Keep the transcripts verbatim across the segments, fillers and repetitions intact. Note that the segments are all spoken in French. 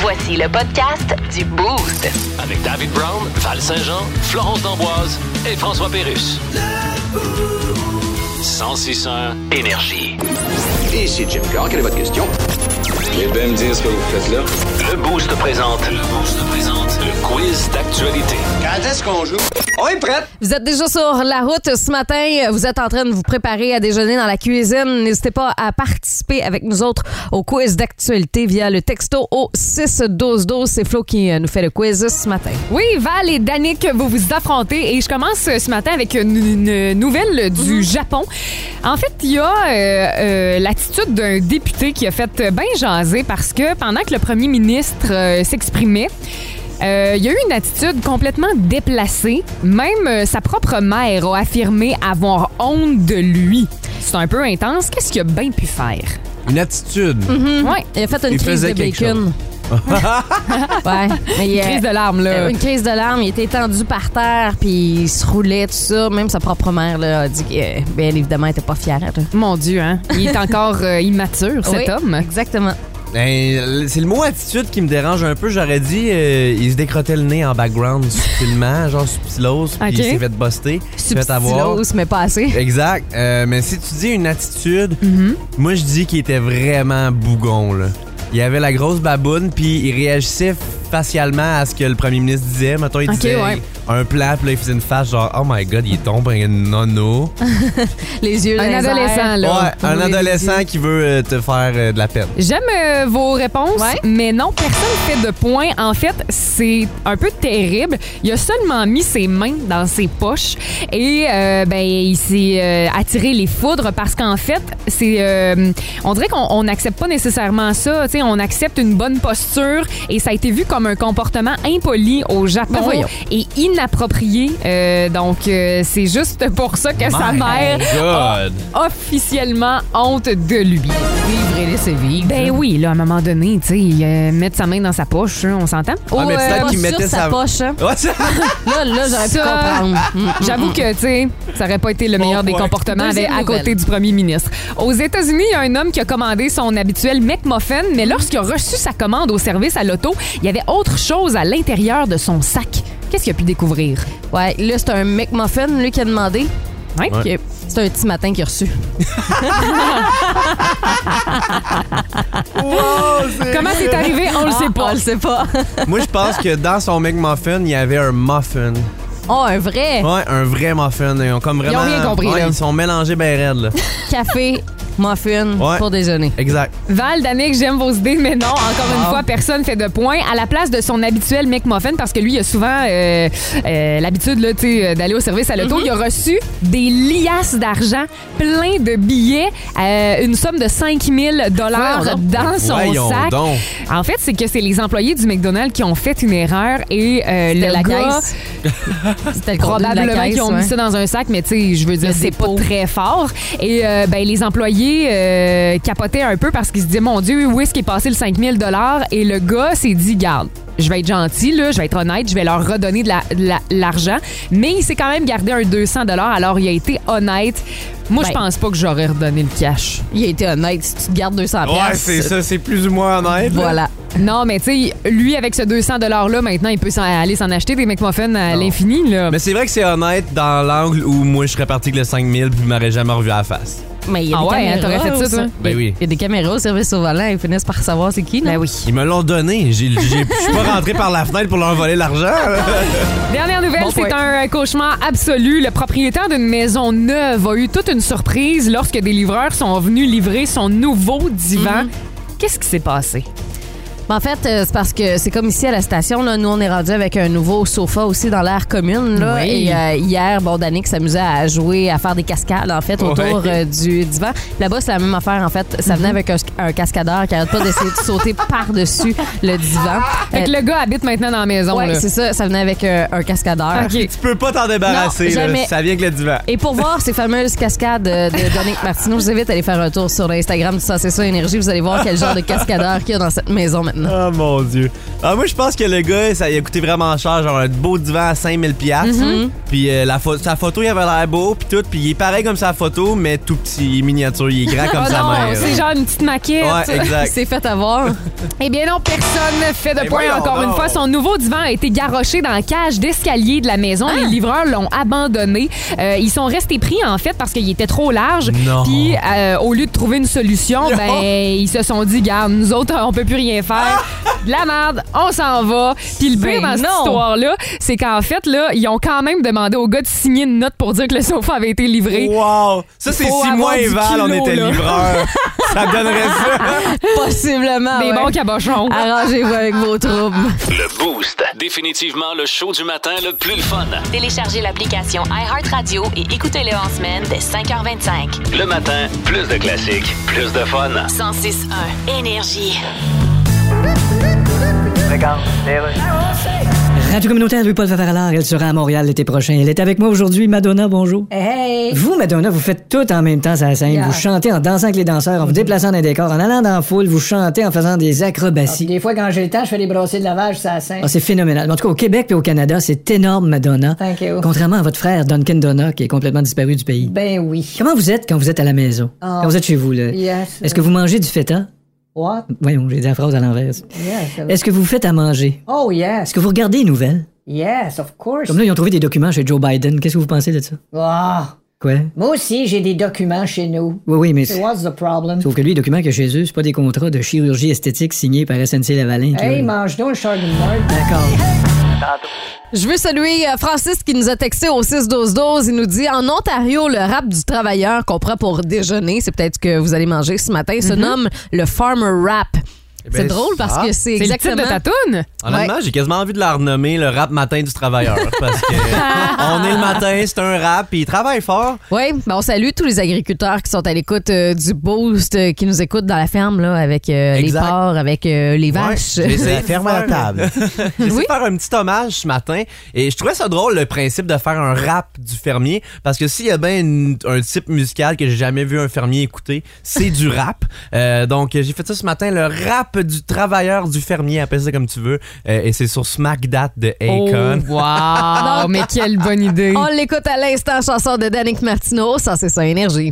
Voici le podcast du Boost. Avec David Brown, Val Saint-Jean, Florence D'Amboise et François Pérusse. cent six point un Énergie. Ici Jim Carr, quelle est votre question? Eh bien me dire ce que vous faites là. Le Boost présente. Le Boost présente. Le quiz d'actualité. Quand est-ce qu'on joue? On est prêt! Vous êtes déjà sur la route ce matin. Vous êtes en train de vous préparer à déjeuner dans la cuisine. N'hésitez pas à participer avec nous autres au quiz d'actualité via le texto au six douze douze. C'est Flo qui nous fait le quiz ce matin. Oui, Val et Danick, vous vous affrontez et je commence ce matin avec une, une nouvelle du mm-hmm. Japon. En fait, il y a euh, euh, l'attitude d'un député qui a fait bien jaser parce que pendant que le premier ministre euh, s'exprimait, Euh, il y a eu une attitude complètement déplacée. Même euh, sa propre mère a affirmé avoir honte de lui. C'est un peu intense. Qu'est-ce qu'il a bien pu faire? Une attitude? Mm-hmm. Oui. Il a fait une il crise de bacon. ouais. Mais, une euh, crise de larmes, là. Euh, une crise de larmes. Il était étendu par terre, puis il se roulait, tout ça. Même sa propre mère là, a dit que, euh, bien évidemment, elle était pas fière. Là. Mon Dieu, hein? Il est encore euh, immature, cet oui, homme. Exactement. Ben, c'est le mot attitude qui me dérange un peu. J'aurais dit, euh, il se décrottait le nez en background subtilement, genre subtilos, puis okay. il s'est fait buster. Subtilos, mais pas assez. Exact. Euh, mais si tu dis une attitude, mm-hmm. moi je dis qu'il était vraiment bougon, là. Il avait la grosse baboune, puis il réagissait facialement à ce que le premier ministre disait. Mettons, il okay, disait ouais. un plan, puis là, il faisait une face genre « Oh my God, il est tombé un nono. » Les yeux Un adolescent, là. Ouais, un adolescent qui veut euh, te faire euh, de la peine. J'aime euh, vos réponses, ouais. mais non, personne ne fait de point. En fait, c'est un peu terrible. Il a seulement mis ses mains dans ses poches et euh, ben, il s'est euh, attiré les foudres parce qu'en fait, c'est, euh, on dirait qu'on n'accepte pas nécessairement ça. T'sais, on accepte une bonne posture et ça a été vu comme un comportement impoli au Japon ben et inapproprié. Euh, donc, euh, c'est juste pour ça que My sa mère God. a officiellement honte de lui. Vivre et laisser vivre. Ben oui, là, à un moment donné, tu sais, euh, mettre sa main dans sa poche, hein, on s'entend? Ah, mais peut-être pas qu'il sur mettait sa sa poche. Hein. Ouais, ça... Là, là, j'aurais Ça, pu comprendre. Mm, J'avoue que, tu sais, ça aurait pas été le meilleur Bon des point. comportements avec, Deuxième à côté nouvelle. du premier ministre. Aux États-Unis, il y a un homme qui a commandé son habituel McMuffin, mais lorsqu'il a reçu sa commande au service à l'auto, il y avait autre chose à l'intérieur de son sac. Qu'est-ce qu'il a pu découvrir? Ouais, là, c'est un McMuffin, lui, qui a demandé. Ouais. Ouais. Okay. C'est un petit matin qu'il a reçu. wow, Comment c'est arrivé? On le sait pas. On le sait pas. Moi, je pense que dans son McMuffin, il y avait un muffin. Oh, un vrai Ouais, un vrai muffin. Ils ont comme vraiment... Ils ont rien compris, ouais, là. Ils sont mélangés ben raides, là. café, muffin Ouais. pour déjeuner. Exact. Val, Danick, j'aime vos idées, mais non, encore une fois, personne fait de point. À la place de son habituel McMuffin, parce que lui, il a souvent euh, euh, l'habitude là, d'aller au service à l'auto, mm-hmm. il a reçu des liasses d'argent, plein de billets, euh, une somme de cinq mille dollars dans son Voyons sac. donc. En fait, c'est que c'est les employés du McDonald's qui ont fait une erreur et euh, le la gars... caisse. C'était le contenu de la Probablement caisse, qu'ils ont ouais. mis ça dans un sac, mais tu sais, je veux dire, Le c'est pas dépôt. très fort. Et euh, ben, les employés euh, capotaient un peu parce qu'ils se disaient, mon Dieu, où est-ce qu'il est passé le cinq mille dollars? Et le gars s'est dit, garde, je vais être gentil, là, je vais être honnête, je vais leur redonner de la- de la- l'argent. Mais il s'est quand même gardé un deux cents dollars, alors il a été honnête. Moi, Ben. je pense pas que j'aurais redonné le cash. Il a été honnête. Si tu te gardes deux cents Ouais, piastres, c'est ça, c'est plus ou moins honnête. là. Voilà. Non, mais tu sais, lui, avec ce deux cents dollars-là, maintenant, il peut s'en- aller s'en acheter des McMuffins à Non. l'infini, là. Mais c'est vrai que c'est honnête dans l'angle où moi, je serais parti avec le cinq mille puis je m'aurais jamais revu à la face. Mais il y a Ah des ouais, caméras. t'aurais fait ça, aussi. toi? Ben oui. Il y a des caméras au service au volant. Ils finissent par savoir c'est qui, non? Ben oui. Ils me l'ont donné. J'ai- j'ai- Je suis pas rentré par la fenêtre pour leur voler l'argent. Dernière nouvelle, Bon c'est point. un cauchemar absolu. Le propriétaire d'une maison neuve a eu toute une surprise lorsque des livreurs sont venus livrer son nouveau divan. Mm-hmm. Qu'est-ce qui s'est passé? Ben, en fait, euh, c'est parce que c'est comme ici à la station, là, nous, on est rendu avec un nouveau sofa aussi dans l'aire commune. Là, Oui. Et euh, hier, bon, Danick s'amusait à jouer, à faire des cascades, en fait, autour Ouais. euh, du divan. Là-bas, c'est la même affaire, en fait. Ça venait avec un, un cascadeur qui arrête pas d'essayer de sauter par-dessus le divan. Fait que Euh, le gars habite maintenant dans la maison. ouais, là. c'est ça. Ça venait avec euh, un cascadeur. OK. Tu peux pas t'en débarrasser. Non, là. jamais. Ça vient avec le divan. Et pour voir ces fameuses cascades euh, de Danick Martineau, je vous invite à aller faire un tour sur l'Instagram du cent six Énergie. Vous allez voir quel genre de cascadeur qu'il y a dans cette maison maintenant. cuisine. Oh mon Dieu. Ah, moi, je pense que le gars, ça il a coûté vraiment cher, genre un beau divan à cinq mille dollars. Mm-hmm. Puis euh, la pho- sa photo, il avait l'air beau, puis tout. Puis il est pareil comme sa photo, mais tout petit, miniature. Il est grand comme oh sa non, mère. c'est genre une petite maquette. Ouais, exact. Il s'est fait avoir. Eh bien non, personne fait de Mais point voyons encore donc. une fois. Son nouveau divan a été garroché dans la cage d'escalier de la maison. Les livreurs l'ont abandonné. Euh, ils sont restés pris, en fait, parce qu'il était trop large. Non. Puis, euh, au lieu de trouver une solution, Non. ben ils se sont dit, garde, nous autres, on peut plus rien faire. De la merde, on s'en va. Puis le pire Ben dans cette non. histoire-là, c'est qu'en fait, là, ils ont quand même demandé au gars de signer une note pour dire que le sofa avait été livré. Wow! Ça, c'est Faut six avoir mois du et Val, on kilo, était là. livreurs. Ça donnerait ça. Possiblement. Des ouais. bons cabochons. Arrangez-vous avec vos troubles. Le Boost. Définitivement le show du matin le plus le fun. Téléchargez l'application iHeartRadio et écoutez-le en semaine dès cinq heures vingt-cinq. Le matin, plus de classiques, plus de fun. cent six un Énergie. Radio communautaire Louis-Paul Favaralard, elle sera à Montréal l'été prochain. Elle est avec moi aujourd'hui. Madonna, bonjour. Hey! Vous, Madonna, vous faites tout en même temps sur la scène. Yeah. Vous chantez en dansant avec les danseurs, en vous déplaçant dans les décors, en allant dans la foule, vous chantez en faisant des Ah, acrobaties. puis des fois, quand j'ai le temps, je fais des brassées de lavage sur la scène. Ah, c'est phénoménal. En tout cas, au Québec et au Canada, c'est énorme, Madonna. Thank you. Contrairement à votre frère, Duncan Donna, qui est complètement disparu du pays. Ben oui. Comment vous êtes quand vous êtes à la maison? Ah. Quand vous êtes chez vous, là? Yes. Est-ce que vous mangez du feta? What? Voyons, j'ai dit la phrase à l'envers. Yes. Est-ce que vous faites à manger? Oh, yes. Est-ce que vous regardez les nouvelles? Yes, of course. Comme là, ils ont trouvé des documents chez Joe Biden. Qu'est-ce que vous pensez de ça? Ah. Quoi? Moi aussi, j'ai des documents chez nous. Oui, oui, mais... So what's the problem? Sauf que lui, les documents qu'il y a chez eux, c'est pas des contrats de chirurgie esthétique signés par S N C Lavalin. qu'il Hey, a. mange donc le chardonnay. D'accord. Je veux saluer euh, Francis qui nous a texté au six douze douze. Il nous dit en Ontario, le rap du travailleur qu'on prend pour déjeuner, c'est peut-être ce que vous allez manger ce matin, se nomme le farmer rap. ben, C'est drôle parce ah, que c'est C'est le titre exactement. de ta toune? Honnêtement, Ouais. j'ai quasiment envie de la renommer le rap matin du travailleur. Parce que on est le matin, c'est un rap, puis il travaille fort. Oui, ben on salue tous les agriculteurs qui sont à l'écoute euh, du Boost, euh, qui nous écoutent dans la ferme là, avec euh, les Exact. porcs, avec euh, les Ouais, vaches. j'ai essayé La de ferme faire- à la table. J'ai essayé Oui. de faire un petit hommage ce matin et je trouvais ça drôle le principe de faire un rap du fermier parce que s'il y a bien une- un type musical que j'ai jamais vu un fermier écouter, c'est du rap. Euh, donc j'ai fait ça ce matin, le rap du travailleur du fermier, appelle ça comme tu veux, euh, et c'est sur Smack That de Akon. Oh, wow! Mais quelle bonne idée! On l'écoute à l'instant, chanson de Danick Martineau, ça c'est ça, Énergie.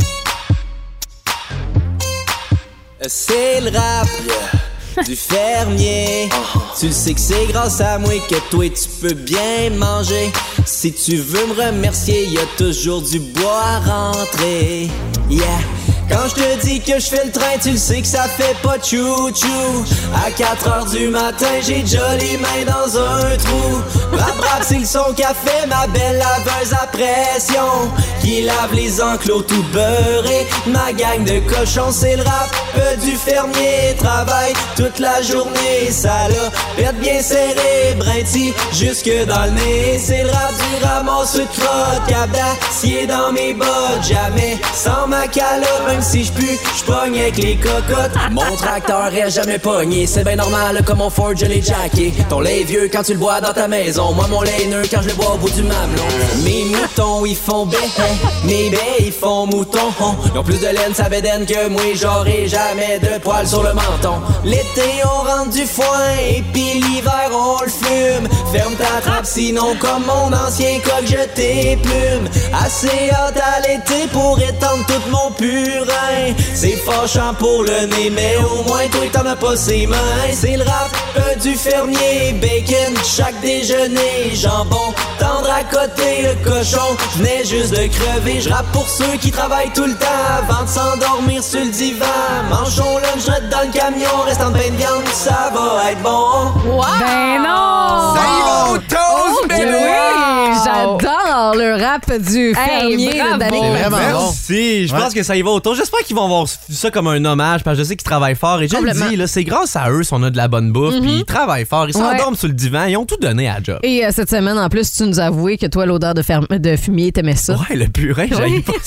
C'est le rap du fermier. Tu le sais que c'est grâce à moi que toi tu peux bien manger. Si tu veux me remercier, y a toujours du bois à rentrer. Yeah. Quand je te dis que je fais le train, tu le sais que ça fait pas chou-chou. À quatre heures du matin, j'ai déjà les mains dans un trou. Rap rap, c'est le son qu'a fait ma belle laveuse à pression, qui lave les enclos tout beurrés. Ma gang de cochons, c'est le rap du fermier. Travaille toute la journée, ça l'a pète bien serré. Brinty jusque dans le nez. C'est le rap du ramasse de crotte, câble d'acier dans mes bottes. Jamais sans ma calotte, même si je pue, je pogne avec les cocottes. Mon tracteur reste jamais pogné, c'est bien normal comme mon Ford, je l'ai jacké. Ton lait vieux quand tu le bois dans ta maison, moi mon lait neuf quand je le bois au bout du mamelon. Mes moutons ils font bé, mes baies ils font mouton. Ils ont plus de laine sa bédaine que moi, j'aurai jamais de poils sur le menton. L'été on rentre du foin et puis l'hiver on le fume. Ferme ta trappe sinon comme mon ancien coq je t'éplume. Assez hâte à l'été pour étendre tout mon purin. C'est fâchant pour le nez mais au moins toi t'en as pas ses mains. C'est le rap euh, du fermier, bacon chaque déjeuner, jambon tendre à côté, le cochon venait juste de crever. Je rappe pour ceux qui travaillent tout le temps avant de s'endormir sur le divan. Mangeons lunch dans le camion, reste en pain de viande, ça va être bon. Wow! Ben non! Ça y va au toast, bébé! Oui, j'adore le rap du fermier bravo! de Danick C'est vraiment Martineau. bon. Merci, je Ouais. pense que ça y va autour. J'espère qu'ils vont voir ça comme un hommage parce que je sais qu'ils travaillent fort. Et je le Complètement. dis, là, c'est grâce à eux si on a de la bonne bouffe. Puis ils travaillent fort, ils s'endorment sur le divan, ils ont tout donné à la job. Et euh, cette semaine, en plus, tu nous as avoué que toi, l'odeur de, ferme- de fumier, t'aimais ça. Ouais, le purin, j'aille pas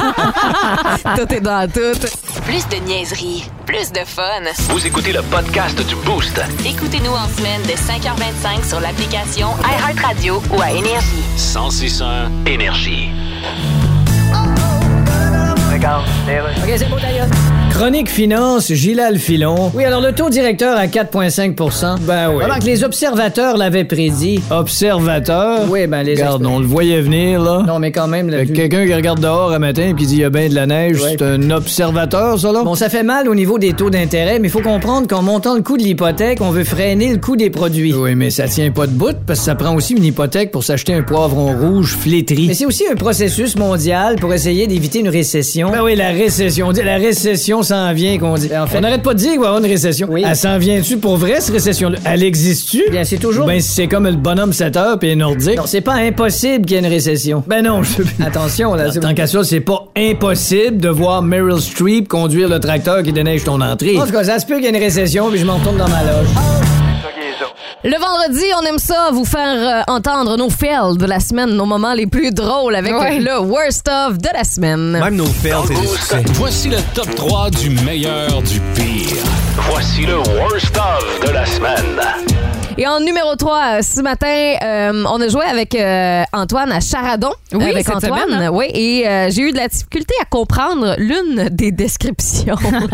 ça. Tout est dans tout. Plus de niaiserie, plus de fun. Vous écoutez le podcast du Boost. Écoutez-nous en semaine de cinq heures vingt-cinq sur l'application iHeartRadio ou à Énergie. cent six un Énergie. OK, c'est beau d'ailleurs. Chronique Finance, Gilal Filon. Oui, alors le taux directeur à quatre virgule cinq pour cent. Ben oui. Remarque, les observateurs l'avaient prédit. Observateurs? Oui, ben les... Regarde, on le voyait venir, là. Non, mais quand même... Là, quelqu'un qui regarde dehors un matin et qui dit il y a bien de la neige, ouais. C'est un observateur, ça, là? Bon, ça fait mal au niveau des taux d'intérêt, mais il faut comprendre qu'en montant le coût de l'hypothèque, on veut freiner le coût des produits. Oui, mais ça tient pas de bout, parce que ça prend aussi une hypothèque pour s'acheter un poivron rouge flétri. Mais c'est aussi un processus mondial pour essayer d'éviter une récession. Ben oui, la récession. On dit la récession s'en vient, qu'on dit. En fait, on n'arrête pas de dire qu'il va y avoir une récession. Oui. Elle s'en vient-tu pour vrai, cette récession-là? Elle existe-tu? Bien, c'est toujours... Ben, c'est comme le bonhomme sept heures pis les Nordiques. Non, c'est pas impossible qu'il y ait une récession. Ben non, je... Attention, là. Tant qu'à ça, c'est pas impossible de voir Meryl Streep conduire le tracteur qui déneige ton entrée. En tout cas, ça se peut qu'il y ait une récession puis je m'en retourne dans ma loge. Le vendredi, on aime ça, vous faire euh, entendre nos fails de la semaine, nos moments les plus drôles avec ouais. le worst of de la semaine. Même nos fails, c'est des succès. Voici le top trois du meilleur du pire. Voici le worst of de la semaine. Et en numéro trois, ce matin, euh, on a joué avec euh, Antoine à Charadon. Oui, avec cette Antoine. Semaine, hein? Oui, et euh, j'ai eu de la difficulté à comprendre l'une des descriptions.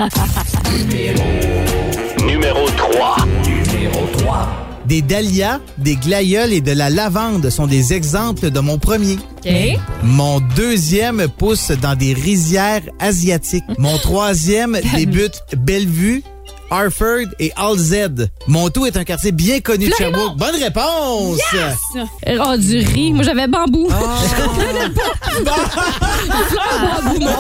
Numéro trois. Numéro trois. Des dahlias, des glaïeuls et de la lavande sont des exemples de mon premier. Okay. Mon deuxième pousse dans des rizières asiatiques. Mon troisième débute Bellevue, Harford et All Z. Montaut est un quartier bien connu de Sherbrooke. Bonne réponse! Yes! Oh, du riz. Moi, j'avais bambou. Oh. Bambou, non.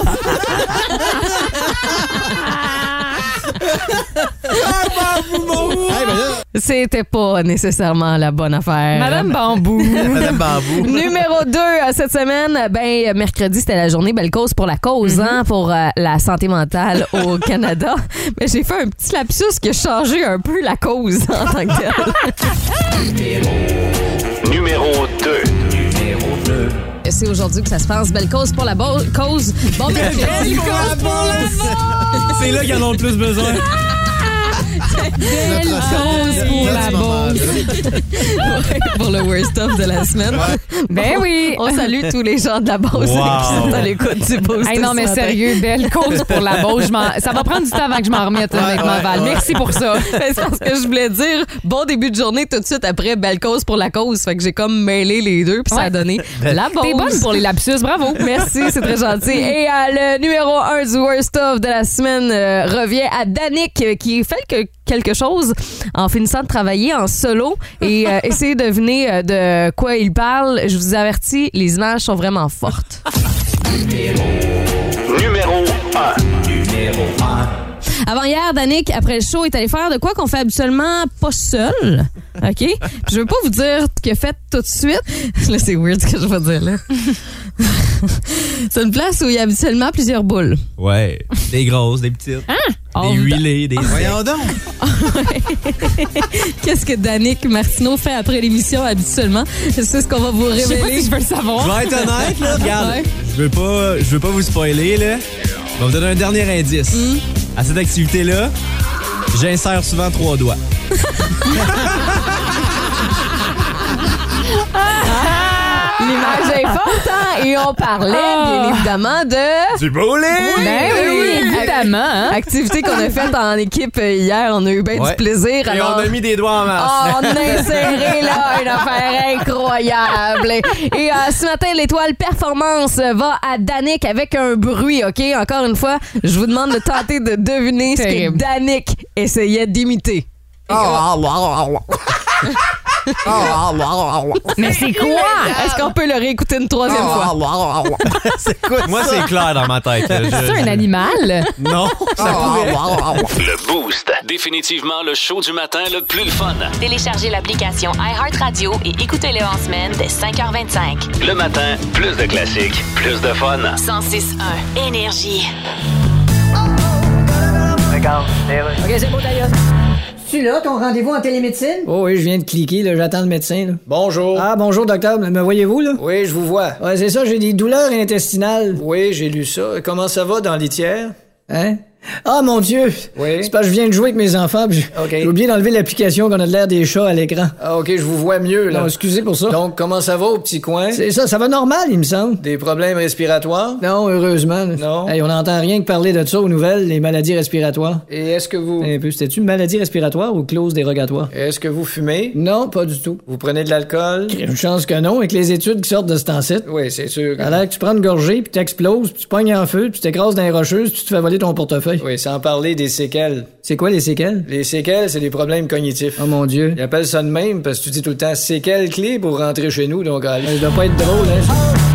C'était pas nécessairement la bonne affaire. Madame Bambou. Madame Bambou. Numéro deux, cette semaine, ben, mercredi, c'était la journée Belle Cause pour la cause, mm-hmm. hein, pour euh, la santé mentale au Canada. Mais j'ai fait un petit lapsus qui a changé un peu la cause en tant que telle. Numéro deux. Numéro deux. C'est aujourd'hui que ça se passe. Belle cause pour la bo- cause. Bon, belle cause pour la cause. C'est là qu'ils en ont le plus besoin. Belle cause pour la Beauce. Ouais, pour le worst of de la semaine. Ouais. Ben oui. On salue tous les gens de la Beauce wow. qui sont à l'écoute du Beauce. Hey, non, mais sérieux, belle cause pour la Beauce. Ça va prendre du temps avant que je m'en remette, ouais, honnêtement, ouais, Val. Ouais. Merci pour ça. C'est parce que je voulais dire bon début de journée tout de suite après belle cause pour la cause. Fait que j'ai comme mêlé les deux puis ouais. ça a donné la Beauce. T'es bonne pour les lapsus, bravo. Merci, c'est très gentil. Et euh, le numéro un du worst of de la semaine euh, revient à Danick euh, qui fait que quelque chose en finissant de travailler en solo et euh, essayez de deviner euh, de quoi il parle. Je vous avertis, les images sont vraiment fortes. Numéro, Numéro un. Numéro un. Avant hier, Danick, après le show, est allé faire de quoi qu'on fait habituellement pas seul. OK? Puis je veux pas vous dire ce qu'il a fait tout de suite. Là, c'est weird ce que je vais dire, là. C'est une place où il y a habituellement plusieurs boules. Ouais. Des grosses, des petites. Hein? Des huilées, des... Voyons donc! Qu'est-ce que Danick Martineau fait après l'émission habituellement? C'est ce qu'on va vous révéler. Je sais pas si je veux le savoir. Je vais être honnête, là. Regarde, ouais. je veux pas, je veux pas vous spoiler, là. Je vais vous donner un dernier indice. Mm. À cette activité-là, j'insère souvent trois doigts. L'image est forte, hein? Et on parlait, bien évidemment, de... Du bowling! Oui, ben oui, oui, évidemment. Hein? Activité qu'on a faite en équipe hier. On a eu bien ouais. du plaisir. Et alors... on a mis des doigts en masse. Oh, on a inséré, là, une affaire incroyable. Et euh, ce matin, l'étoile performance va à Danick avec un bruit, OK? Encore une fois, je vous demande de tenter de deviner Terrible. ce que Danick essayait d'imiter. Oh. Mais c'est quoi? Est-ce qu'on peut le réécouter une troisième fois? C'est quoi? Moi, c'est clair dans ma tête. Je, c'est je... un animal? Non, ça pourrait. Le Boost. Définitivement le show du matin le plus le fun. Téléchargez l'application iHeartRadio et écoutez-le en semaine dès cinq heures vingt-cinq. Le matin, plus de classiques, plus de fun. cent six un Énergie. Regarde, OK, c'est beau d'ailleurs. Tu là, ton rendez-vous en télémédecine? Oh oui, je viens de cliquer, là, j'attends le médecin. Là. Bonjour. Ah, bonjour, docteur. Me voyez-vous, là? Oui, je vous vois. Ouais, c'est ça, j'ai des douleurs intestinales. Oui, j'ai lu ça. Comment ça va dans litière? Hein? Ah, mon Dieu! Oui? C'est parce que je viens de jouer avec mes enfants, puis OK. j'ai oublié d'enlever l'application qu'on a de l'air des chats à l'écran. Ah, OK, je vous vois mieux, là. Non, excusez pour ça. Donc, comment ça va au petit coin? C'est ça, ça va normal, il me semble. Des problèmes respiratoires? Non, heureusement. Non. Hey, on n'entend rien que parler de ça aux nouvelles, les maladies respiratoires. Et est-ce que vous... Un peu, c'était-tu une maladie respiratoire ou clause dérogatoire? Est-ce que vous fumez? Non, pas du tout. Vous prenez de l'alcool? Une chance que non, avec les études qui sortent de ce temps-ci. Oui, c'est sûr. À l'air que tu prends une gorgée, puis t'exploses, puis tu pognes en feu, puis tu t'écrases dans les rocheuses, puis tu te fais voler ton portefeuille. Oui, sans parler des séquelles. C'est quoi les séquelles? Les séquelles, c'est des problèmes cognitifs. Oh mon Dieu. Ils appellent ça de même parce que tu dis tout le temps séquelles clés pour rentrer chez nous, donc... Ça doit pas être drôle, hein?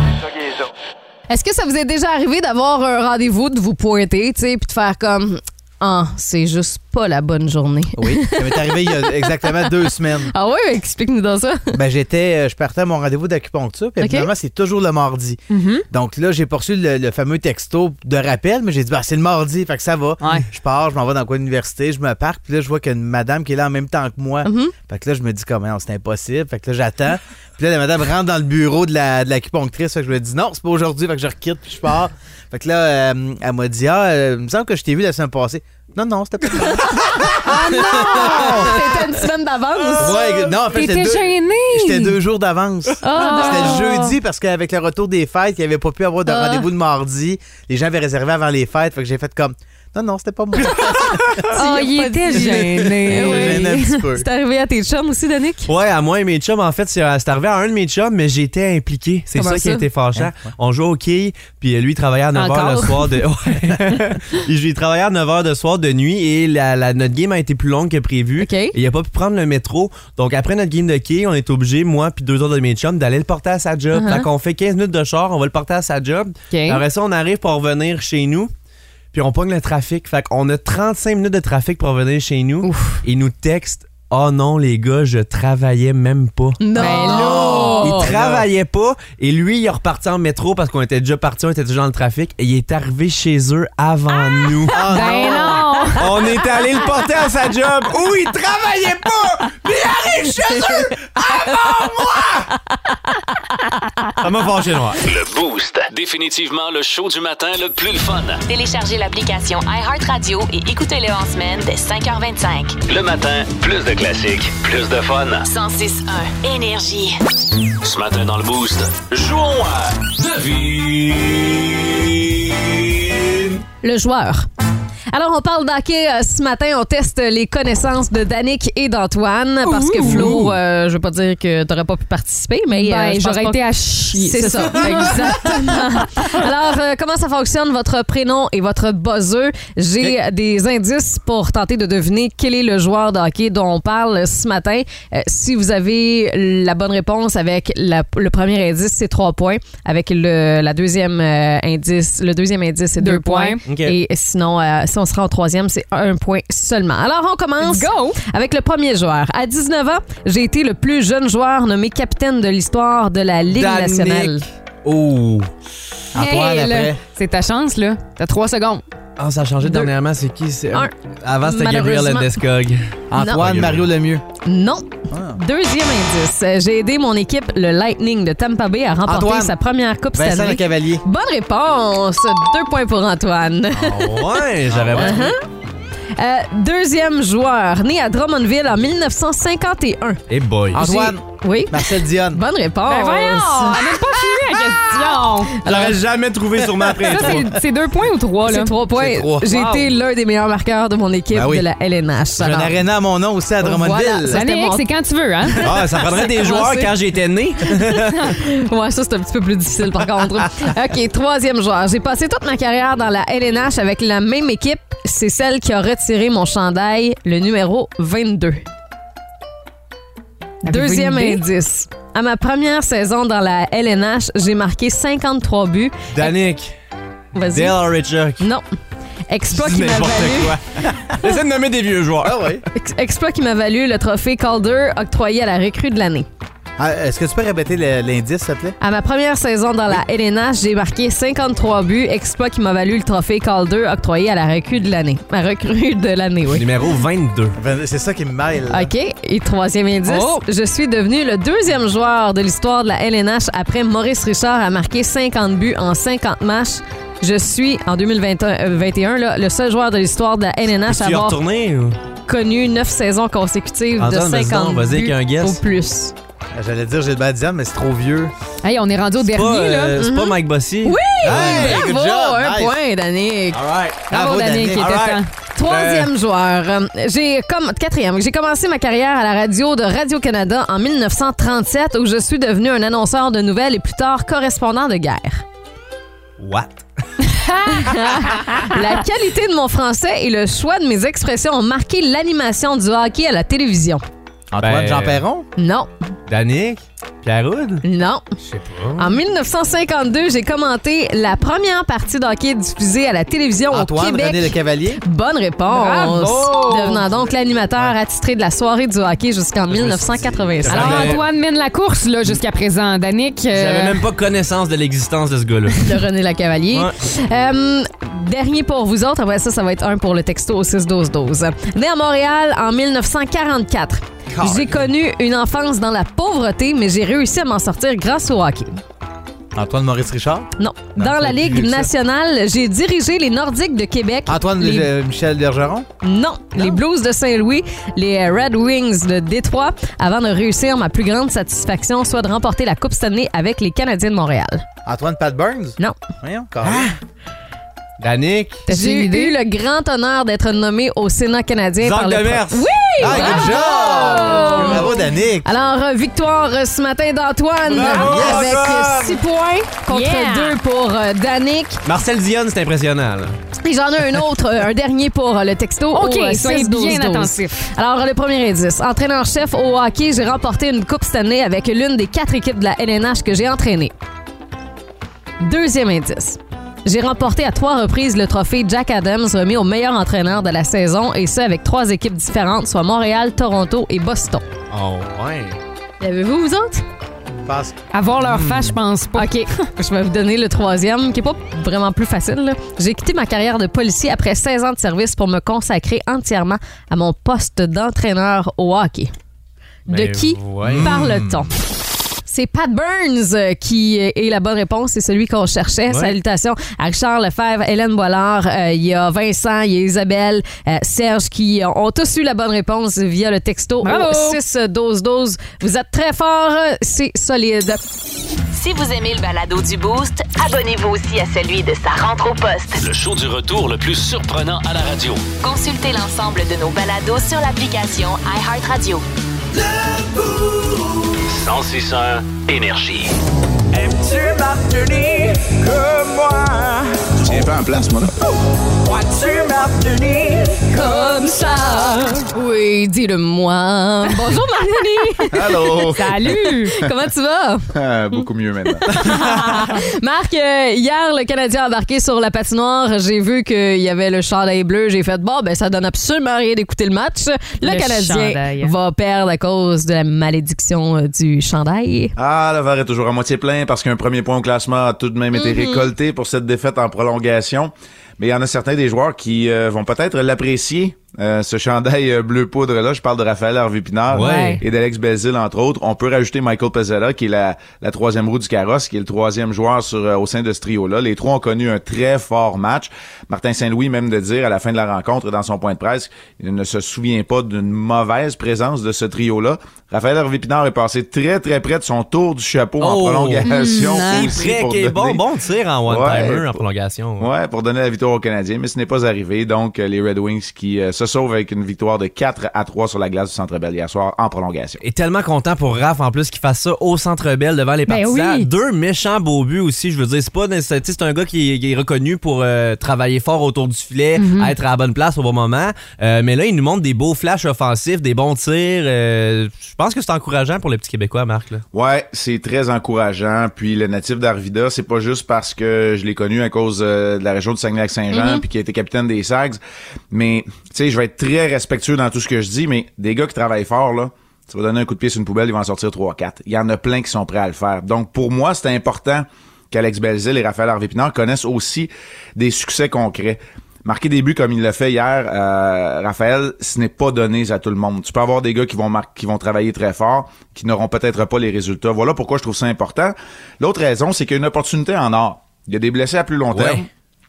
Est-ce que ça vous est déjà arrivé d'avoir un rendez-vous, de vous pointer, tu sais, puis de faire comme... Ah, c'est juste pas la bonne journée. Oui, ça m'est arrivé il y a exactement deux semaines. Ah oui? Explique-nous dans ça. Ben, j'étais, je partais à mon rendez-vous d'acupuncture, puis OK. finalement, c'est toujours le mardi. Mm-hmm. Donc là, j'ai poursu le, le fameux texto de rappel, mais j'ai dit, bah, c'est le mardi, fait que ça va. Ouais. Je pars, je m'en vais dans le coin de l'université, je me parque, puis là, je vois qu'il y a une madame qui est là en même temps que moi. Mm-hmm. Fait que là, je me dis, comment, c'est impossible. Fait que là, j'attends. Puis là, la madame rentre dans le bureau de, la, de l'acupunctrice, fait que je me dis, non, c'est pas aujourd'hui, fait que je requitte, puis je pars. Fait que là, euh, elle m'a dit, ah, euh, il me semble que je t'ai vu la semaine passée. Non, non, c'était pas ça. Ah non! C'était une semaine d'avance. Ouais, non, en fait, T'étais j'étais deux, gêné! j'étais deux jours d'avance. Ah, C'était le jeudi parce qu'avec le retour des fêtes, il n'y avait pas pu avoir de Ah. rendez-vous de mardi. Les gens avaient réservé avant les fêtes, fait que j'ai fait comme non, non, c'était pas moi. Oh, il pas était dit. gêné. Eh oui. Gêné un petit peu. C'est arrivé à tes chums aussi, Danick? Ouais, à moi et mes chums, en fait, c'est c'est arrivé à un de mes chums, mais j'étais impliqué. C'est Comment ça qui a ça? été fâchant. Hein, ouais. On jouait au quai, puis lui, il travaillait à neuf heures Encore? le soir de... Ouais. il, il travaillait à neuf heures de soir de nuit et la, la- notre game a été plus longue que prévu. OK. Et il a pas pu prendre le métro. Donc, après notre game de quai, on est obligé, moi puis deux autres de mes chums, d'aller le porter à sa job. Uh-huh. Fait qu'on fait quinze minutes de char, on va le porter à sa job. OK. Après ça, on arrive pour revenir chez nous. Puis on pogne le trafic. Fait qu'on a trente-cinq minutes de trafic pour revenir chez nous. Ouf. Et il nous texte « Oh non, les gars, je travaillais même pas. » Non! Ben là! Il travaillait pas et lui, il est reparti en métro parce qu'on était déjà partis, on était déjà dans le trafic et il est arrivé chez eux avant nous. Ben non! On est allé le porter à sa job où il travaillait pas! Puis il arrive chez eux avant moi! Ça m'a fâché noir. Le Boost. Définitivement le show du matin le plus le fun. Téléchargez l'application iHeartRadio et écoutez-le en semaine dès cinq heures vingt-cinq. Le matin, plus de classiques, plus de fun. cent six un Énergie. Ce matin dans le Boost, jouons à Devine. Le joueur. Alors, on parle d'hockey euh, ce matin. On teste les connaissances de Danick et d'Antoine parce que Flo, euh, je veux pas dire que t'aurais pas pu participer, mais euh, Ben, je pense j'aurais pas été que- à chier. C'est ça, exactement. Alors, euh, comment ça fonctionne, votre prénom et votre buzzer? J'ai euh, des indices pour tenter de deviner quel est le joueur de hockey dont on parle ce matin. Euh, si vous avez la bonne réponse avec la- le premier indice, c'est trois points. Avec le, la deuxième euh, indice, le deuxième indice, c'est deux, Deux points. points. OK. Et sinon, euh, si on sera en troisième, c'est un point seulement. Alors, on commence Let's go! avec le premier joueur. À dix-neuf ans, j'ai été le plus jeune joueur nommé capitaine de l'histoire de la Ligue Danick. nationale. Oh! Antoine, Hey, là, après. c'est ta chance, là. T'as trois secondes. Ah, ça a changé Deux. dernièrement, c'est qui? C'est... Un. Avant, c'était Gabriel Malheureusement. Landeskog. Antoine, Non. Mario Lemieux. Non. Ah. Deuxième indice. Euh, J'ai aidé mon équipe, le Lightning de Tampa Bay, à remporter Antoine. sa première Coupe Vincent Stanley. Le Cavalier. Bonne réponse. Deux points pour Antoine. Ah ouais, j'aurais pas. Euh, deuxième joueur, né à Drummondville en mille neuf cent cinquante et un. Hey boy. Antoine. Oui. Marcel Dionne. Bonne réponse. Ben voyons! On n'a même pas fini la question! J'aurais jamais trouvé sur ma Ça, après c'est- c'est deux points ou trois, là? C'est trois points. C'est trois. J'ai Wow. été l'un des meilleurs marqueurs de mon équipe Ben oui. de la L N H. J'ai un Alors, aréna à mon nom aussi à Drummondville. Voilà, ça- Danick, bon. c'est quand tu veux, hein? Ah, ça prendrait des C'est joueurs commencé. quand j'étais né. Ouais, ça, c'est un petit peu plus difficile, par contre. OK, troisième joueur. J'ai passé toute ma carrière dans la L N H avec la même équipe. C'est celle qui a retiré mon chandail, le numéro vingt-deux. Avez-vous Deuxième une idée? indice. À ma première saison dans la L N H, j'ai marqué cinquante-trois buts. Danick. Vas-y. Dale Richard. Non. Exploit qui m'a N'importe valu, quoi. J'essaie de nommer des vieux joueurs. Ah oui. ex- exploit qui m'a valu le trophée Calder octroyé à la recrue de l'année. Ah, est-ce que tu peux répéter le- l'indice, s'il te plaît? À ma première saison dans la L N H, j'ai marqué cinquante-trois buts, exploit qui m'a valu le trophée Calder octroyé à la recrue de l'année. Ma recrue de l'année, oui. Numéro vingt-deux. Ben, c'est ça qui me mêle. OK. Et troisième indice, Oh! je suis devenu le deuxième joueur de l'histoire de la L N H après Maurice Richard a marqué cinquante buts en cinquante matchs Je suis, en deux mille vingt et un, là, le seul joueur de l'histoire de la N N H à avoir retourné, ou? connu neuf saisons consécutives Antoine, de cinquante vas-y, buts avec un guess. au plus. J'allais dire Gilbert Diane, mais c'est trop vieux. Hey, on est rendu au C'est dernier, pas, là. euh, c'est Mm-hmm. pas Mike Bossy? Oui! Hey, Bravo! good job, Un nice. point, Danick. All right. Bravo, Bravo, Danick, Danick. il était All right. temps. Troisième joueur. Euh, J'ai comme quatrième. J'ai commencé ma carrière à la radio de Radio-Canada en mille neuf cent trente-sept où je suis devenu un annonceur de nouvelles et plus tard correspondant de guerre. What? La qualité de mon français et le choix de mes expressions ont marqué l'animation du hockey à la télévision. Antoine Ben, Jean Perron? Non, Danick? Pierre Houd? non. Je sais pas. En mille neuf cent cinquante-deux, j'ai commenté la première partie de hockey diffusée à la télévision Antoine au Québec. René Le Cavalier? Bonne réponse. Bravo! Devenant donc l'animateur attitré de la soirée du hockey jusqu'en mille neuf cent quatre-vingt-cinq. Alors, Mais- Antoine mène la course, là, jusqu'à présent. Danick. euh, J'avais même pas connaissance de l'existence de ce gars-là. de René Lacavalier. Ouais. Euh, dernier pour vous autres. Après ça, ça va être un pour le texto au six douze douze. Né à Montréal en mille neuf cent quarante-quatre. J'ai connu une enfance dans la pauvreté, mais j'ai réussi à m'en sortir grâce au hockey. Antoine Maurice Richard? Non. Non, Dans ça la va être Ligue plus vieux que ça. nationale, j'ai dirigé les Nordiques de Québec. Antoine les... euh, Michel Bergeron? Non, les Blues de Saint-Louis, les Red Wings de Détroit, avant de réussir ma plus grande satisfaction, soit de remporter la Coupe Stanley avec les Canadiens de Montréal. Antoine Pat Burns? Non. Voyons, carrément. Danick? J'ai eu le grand honneur d'être nommé au Sénat canadien Zach par le... Demers. Oui! Ah, good bravo! job! Bravo, Danick! Alors, euh, victoire euh, ce matin d'Antoine Bravo, avec Antoine! euh, six points contre Yeah! deux pour euh, Danick. Marcel Dionne, c'est impressionnant, là. Et j'en ai un autre, euh, un dernier pour euh, le texto. OK, au, euh, soyez six douze bien douze. attentifs. Alors, le premier indice. Entraîneur-chef au hockey, j'ai remporté une Coupe Stanley avec l'une des quatre équipes de la L N H que j'ai entraînées. Deuxième indice. J'ai remporté à trois reprises le trophée Jack Adams remis au meilleur entraîneur de la saison, et ce avec trois équipes différentes, soit Montréal, Toronto et Boston. Oh, ouais. L'avez-vous, vous autres? Passe. Avoir leur face, je pense pas. OK, je vais vous donner le troisième, qui est pas vraiment plus facile, là. J'ai quitté ma carrière de policier après seize ans de service pour me consacrer entièrement à mon poste d'entraîneur au hockey. De Ben, qui voyons. parle-t-on? C'est Pat Burns euh, qui est la bonne réponse. C'est celui qu'on cherchait. Ouais. Salutations à Richard Lefebvre, Hélène Boilard, euh, il y a Vincent, il y a Isabelle, euh, Serge qui ont tous eu la bonne réponse via le texto Bravo! au six douze douze. Vous êtes très forts, c'est solide. Si vous aimez le balado du Boost, abonnez-vous aussi à celui de Sa rentre au poste. Le show du retour le plus surprenant à la radio. Consultez l'ensemble de nos balados sur l'application iHeartRadio. cent six un Énergie. Aimes-tu Martini comme moi? Je tiens pas en place, moi, là. Vois-tu Martini Comme ça. Oui, dis-le-moi. Bonjour, Mariani. Allô? Salut! Comment tu vas? Ah, beaucoup mieux maintenant. Marc, euh, hier, le Canadien a embarqué sur la patinoire. J'ai vu qu'il y avait le chandail bleu. J'ai fait, bon, ben ça donne absolument rien d'écouter le match. Le, Le Canadien chandail. va perdre à cause de la malédiction euh, du chandail. Ah, le verre est toujours à moitié plein parce qu'un premier point au classement a tout de même été Mhm. récolté pour cette défaite en prolongation. Mais il y en a certains des joueurs qui euh, vont peut-être l'apprécier. Euh, ce chandail euh, bleu poudre-là, je parle de Raphaël Harvey-Pinard Ouais. et d'Alex Belzile, entre autres. On peut rajouter Michael Pezzetta, qui est la, la troisième roue du carrosse, qui est le troisième joueur sur, euh, au sein de ce trio-là. Les trois ont connu un très fort match. Martin Saint-Louis, même de dire à la fin de la rencontre, dans son point de presse, il ne se souvient pas d'une mauvaise présence de ce trio-là. Raphaël Harvey-Pinard est passé très, très près de son tour du chapeau en Oh! prolongation. Mmh, aussi Très pour qui est bon, donner- bon tir en one-timer Ouais. en prolongation. Ouais, pour donner la victoire aux Canadiens, mais ce n'est pas arrivé. Donc, euh, les Red Wings qui euh, se sauvent avec une victoire de quatre à trois sur la glace du Centre Bell hier soir en prolongation. Et tellement content pour Raph en plus qu'il fasse ça au Centre Bell devant les Ben partisans. oui. Deux méchants beaux buts aussi. Je veux dire, c'est pas nécessaire- tu sais, c'est un gars qui, qui est reconnu pour euh, travailler fort autour du filet, Mm-hmm. être à la bonne place au bon moment. Euh, mais là, il nous montre des beaux flashs offensifs, des bons tirs. Euh, je pense que c'est encourageant pour les petits Québécois, Marc. Là. Ouais, c'est très encourageant. Puis le natif d'Arvida, c'est pas juste parce que je l'ai connu à cause euh, de la région de Saguenay-Lac-Saint-Jean, puis qui a été capitaine des Sags. Mais, tu sais, je vais être très respectueux dans tout ce que je dis, mais des gars qui travaillent fort, là, tu vas donner un coup de pied sur une poubelle, ils vont en sortir trois quatre. Il y en a plein qui sont prêts à le faire. Donc, pour moi, c'est important qu'Alex Belzile et Raphaël Harvey-Pinard connaissent aussi des succès concrets. Marquer des buts comme il l'a fait hier, euh, Raphaël, ce n'est pas donné à tout le monde. Tu peux avoir des gars qui vont mar- qui vont travailler très fort, qui n'auront peut-être pas les résultats. Voilà pourquoi je trouve ça important. L'autre raison, c'est qu'il y a une opportunité en or. Il y a des blessés à plus long terme. Ouais.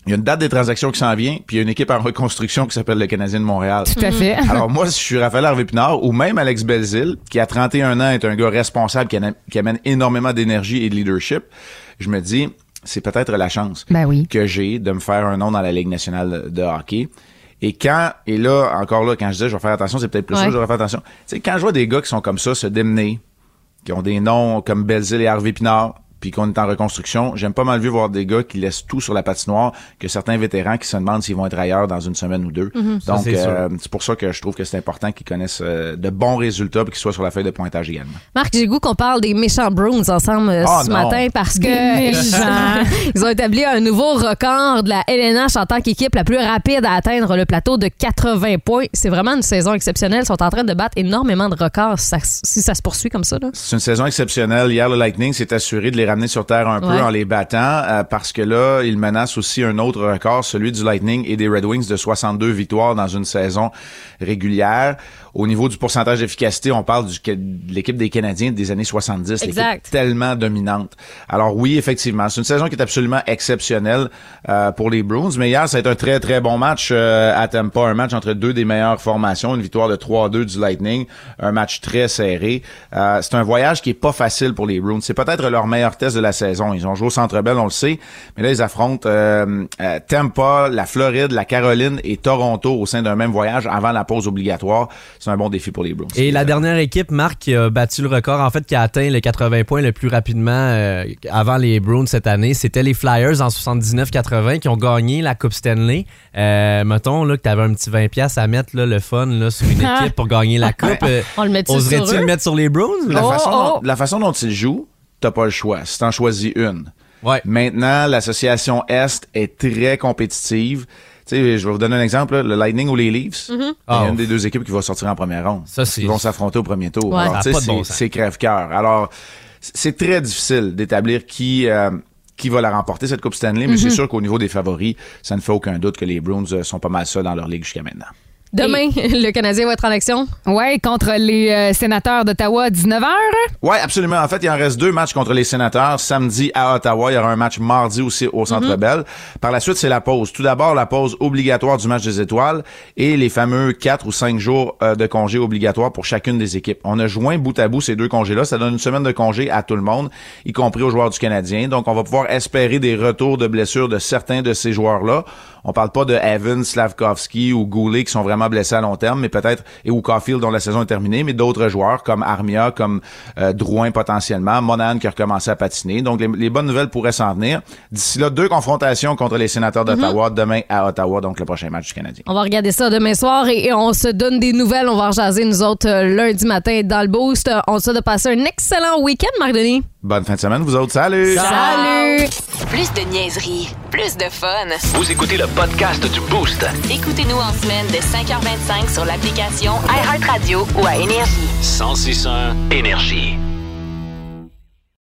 il y a une date des transactions qui s'en vient, puis il y a une équipe en reconstruction qui s'appelle le Canadien de Montréal. Tout à fait. Alors moi, si je suis Raphaël Harvey-Pinard, ou même Alex Belzile, qui à trente et un ans est un gars responsable, qui, a, qui amène énormément d'énergie et de leadership, je me dis, c'est peut-être la chance ben oui. que j'ai de me faire un nom dans la Ligue nationale de hockey. Et quand, et là, encore là, quand je disais je vais faire attention, c'est peut-être plus ouais. ça, je vais faire attention. Tu sais, quand je vois des gars qui sont comme ça, se démener, qui ont des noms comme Belzile et Harvey-Pinard, puis qu'on est en reconstruction, j'aime pas mal vu voir des gars qui laissent tout sur la patinoire que certains vétérans qui se demandent s'ils vont être ailleurs dans une semaine ou deux. Mm-hmm. Donc, ça, c'est, euh, c'est pour ça que je trouve que c'est important qu'ils connaissent euh, de bons résultats et qu'ils soient sur la feuille de pointage également. Marc, j'ai le goût qu'on parle des méchants Bruins ensemble euh, oh, ce non. matin parce que ils ont établi un nouveau record de la L N H en tant qu'équipe la plus rapide à atteindre le plateau de quatre-vingts points. C'est vraiment une saison exceptionnelle. Ils sont en train de battre énormément de records si ça, si ça se poursuit comme ça. Là. C'est une saison exceptionnelle. Hier, le Lightning s'est assuré de les ramener sur terre un peu ouais. en les battant euh, parce que là, il menace aussi un autre record, celui du Lightning et des Red Wings de soixante-deux victoires dans une saison régulière. Au niveau du pourcentage d'efficacité, on parle du, de l'équipe des Canadiens des années soixante-dix, exact. L'équipe tellement dominante. Alors oui, effectivement, c'est une saison qui est absolument exceptionnelle euh, pour les Bruins, mais hier, ça a été un très, très bon match euh, à Tampa, un match entre deux des meilleures formations, une victoire de trois à deux du Lightning, un match très serré. Euh, c'est un voyage qui est pas facile pour les Bruins. C'est peut-être leur meilleur test de la saison. Ils ont joué au Centre Bell, on le sait, mais là, ils affrontent euh, euh, Tampa, la Floride, la Caroline et Toronto au sein d'un même voyage avant la pause obligatoire. C'est un bon défi pour les Bruins. Et la dernière équipe, Marc, qui a battu le record, en fait, qui a atteint les quatre-vingts points le plus rapidement euh, avant les Bruins cette année, c'était les Flyers en soixante-dix-neuf quatre-vingt qui ont gagné la Coupe Stanley. Euh, mettons là, que tu avais un petit vingt dollars à mettre là, le fun là, sur une équipe pour gagner la Coupe. Euh, On le met oserais-tu le mettre sur les Bruins? La, oh, façon oh. Dont, la façon dont ils jouent, t'as pas le choix. Si t'en choisis une. Ouais. Maintenant, l'association Est est très compétitive. Tu sais, je vais vous donner un exemple, là, le Lightning ou les Leafs. Mm-hmm. Il y a oh. une des deux équipes qui va sortir en première ronde. Ça, c'est... Ils vont s'affronter au premier tour. Ouais. Alors, tu sais, c'est, bon c'est crève-cœur. Alors, c'est très difficile d'établir qui... Euh, qui va la remporter, cette Coupe Stanley, mais mm-hmm. c'est sûr qu'au niveau des favoris, ça ne fait aucun doute que les Bruins sont pas mal ça dans leur ligue jusqu'à maintenant. Demain, Et... le Canadien va être en action. Oui, contre les euh, Sénateurs d'Ottawa à dix-neuf heures. Oui, absolument. En fait, il en reste deux matchs contre les Sénateurs. Samedi à Ottawa, il y aura un match mardi aussi au Centre mm-hmm. Bell. Par la suite, c'est la pause. Tout d'abord, la pause obligatoire du match des étoiles et les fameux quatre ou cinq jours euh, de congé obligatoire pour chacune des équipes. On a joint bout à bout ces deux congés-là. Ça donne une semaine de congé à tout le monde, y compris aux joueurs du Canadien. Donc, on va pouvoir espérer des retours de blessures de certains de ces joueurs-là. On parle pas de Evans, Slavkovski ou Goulet qui sont vraiment blessés à long terme, mais peut-être, et ou Caulfield dont la saison est terminée, mais d'autres joueurs comme Armia, comme euh, Drouin potentiellement, Monahan qui a recommencé à patiner. Donc, les, les bonnes nouvelles pourraient s'en venir. D'ici là, deux confrontations contre les Sénateurs d'Ottawa, mm-hmm. demain à Ottawa, donc le prochain match du Canadien. On va regarder ça demain soir et, et on se donne des nouvelles. On va en jaser, nous autres, euh, lundi matin dans le Boost. On se souhaite de passer un excellent week-end, Marc-Denis. Bonne fin de semaine, vous autres. Salut! Salut! Plus de niaiserie, plus de fun. Vous écoutez le podcast du Boost. Écoutez-nous en semaine de cinq heures vingt-cinq sur l'application iHeartRadio ou à Énergie. cent six point un Énergie.